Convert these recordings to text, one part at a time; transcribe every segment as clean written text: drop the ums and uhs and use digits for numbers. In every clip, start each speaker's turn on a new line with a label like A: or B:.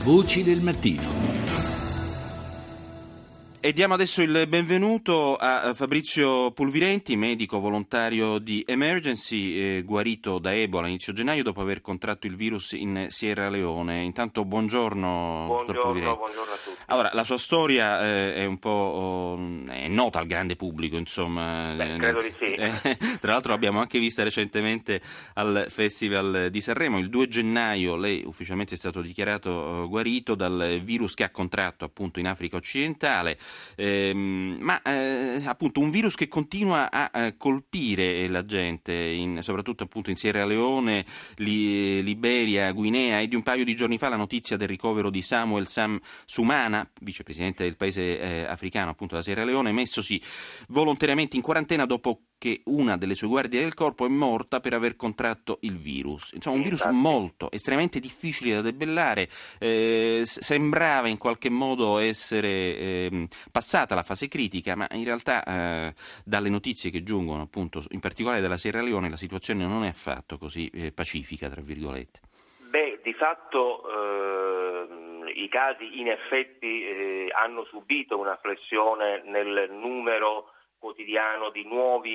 A: Voci del mattino.
B: E diamo adesso il benvenuto a Fabrizio Pulvirenti, medico volontario di Emergency, guarito da Ebola a inizio gennaio dopo aver contratto il virus in Sierra Leone. Intanto buongiorno, dottor Pulvirenti.
C: Buongiorno a tutti.
B: Allora, la sua storia è un po' è nota al grande pubblico, insomma.
C: Credo di sì.
B: Tra l'altro l'abbiamo anche vista recentemente al Festival di Sanremo. Il 2 gennaio lei ufficialmente è stato dichiarato guarito dal virus che ha contratto appunto in Africa occidentale. Appunto un virus che continua a colpire la gente, soprattutto appunto in Sierra Leone, Liberia, Guinea, e di un paio di giorni fa la notizia del ricovero di Samuel Sam Sumana, vicepresidente del paese africano appunto della Sierra Leone, messosi volontariamente in quarantena dopo che una delle sue guardie del corpo è morta per aver contratto il virus. Insomma, un virus estremamente difficile da debellare. Sembrava in qualche modo essere passata la fase critica, ma in realtà dalle notizie che giungono appunto in particolare dalla Sierra Leone la situazione non è affatto così pacifica, tra virgolette.
C: Di fatto i casi in effetti hanno subito una flessione nel numero quotidiano di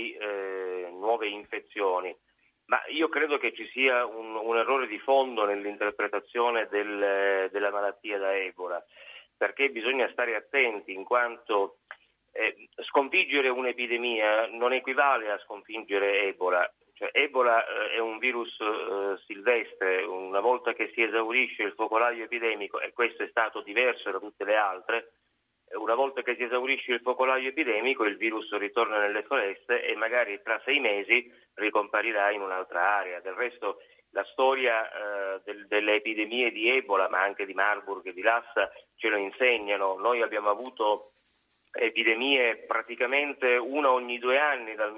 C: nuove infezioni, ma io credo che ci sia un errore di fondo nell'interpretazione della malattia da Ebola, perché bisogna stare attenti in quanto sconfiggere un'epidemia non equivale a sconfiggere Ebola. Cioè, Ebola è un virus silvestre, una volta che si esaurisce il focolaio epidemico, e questo è stato diverso da tutte le altre, una volta che si esaurisce il focolaio epidemico il virus ritorna nelle foreste e magari tra 6 mesi ricomparirà in un'altra area. Del resto la storia delle epidemie di Ebola, ma anche di Marburg e di Lassa, ce lo insegnano. Noi abbiamo avuto epidemie praticamente una ogni 2 anni dal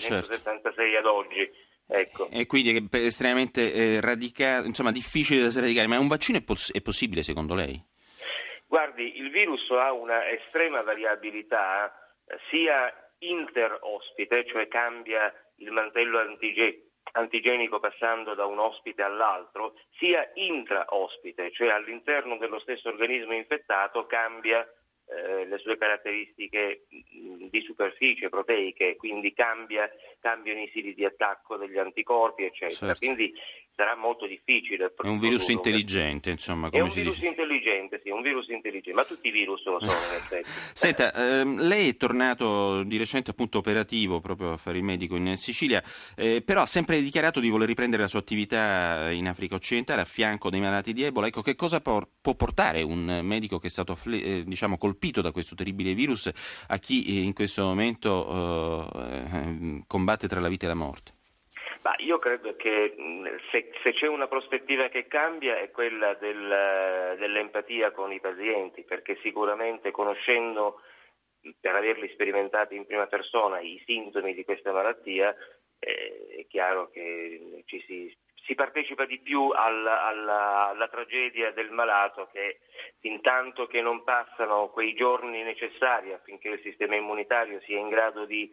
C: 1976 ad oggi. Ecco.
B: E quindi è estremamente difficile da sradicare, ma un vaccino è possibile secondo lei?
C: Guardi, il virus ha una estrema variabilità sia interospite, cioè cambia il mantello antigenico passando da un ospite all'altro, sia intraospite, cioè all'interno dello stesso organismo infettato cambia le sue caratteristiche di superficie proteiche, quindi cambiano i siti di attacco degli anticorpi, eccetera.
B: Certo.
C: Quindi sarà molto difficile.
B: È un virus intelligente, insomma, come si dice.
C: È un virus intelligente, ma tutti i virus lo sono in effetti.
B: Senta, lei è tornato di recente appunto operativo proprio a fare il medico in Sicilia, però ha sempre dichiarato di voler riprendere la sua attività in Africa occidentale a fianco dei malati di Ebola. Ecco, che cosa può portare un medico che è stato colpito da questo terribile virus a chi in questo momento combatte tra la vita e la morte?
C: Io credo che se c'è una prospettiva che cambia è quella dell'empatia con i pazienti, perché sicuramente conoscendo, per averli sperimentati in prima persona, i sintomi di questa malattia, è chiaro che si partecipa di più alla tragedia del malato, che fintanto che non passano quei giorni necessari affinché il sistema immunitario sia in grado di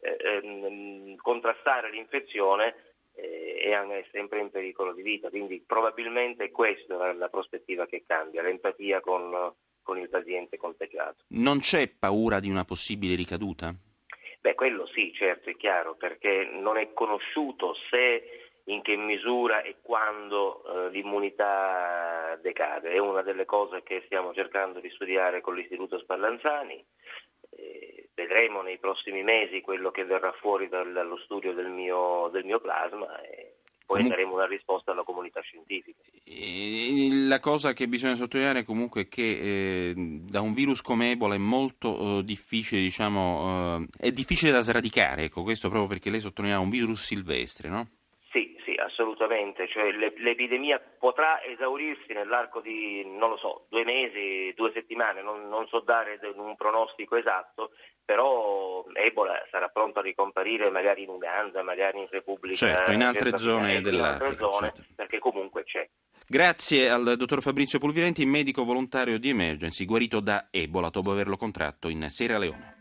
C: contrastare l'infezione, è sempre in pericolo di vita. Quindi probabilmente è questa la prospettiva che cambia, l'empatia con il paziente contagiato.
B: Non c'è paura di una possibile ricaduta?
C: Quello sì, certo, è chiaro, perché non è conosciuto se, in che misura e quando l'immunità decade. È una delle cose che stiamo cercando di studiare con l'Istituto Spallanzani. Vedremo nei prossimi mesi quello che verrà fuori dallo studio del mio plasma e poi daremo una risposta alla comunità scientifica.
B: La cosa che bisogna sottolineare comunque è che da un virus come Ebola è molto difficile, è difficile da sradicare, ecco, questo proprio perché lei sottolineava un virus silvestre, no?
C: Sì, assolutamente, cioè l'epidemia potrà esaurirsi nell'arco di, 2 mesi, 2 settimane, non so dare un pronostico esatto, però Ebola sarà pronto a ricomparire magari in Uganda, magari in Repubblica.
B: Certo, in altre zone dell'Africa, certo.
C: Perché comunque c'è.
B: Grazie al dottor Fabrizio Pulvirenti, medico volontario di Emergency, guarito da Ebola dopo averlo contratto in Sierra Leone.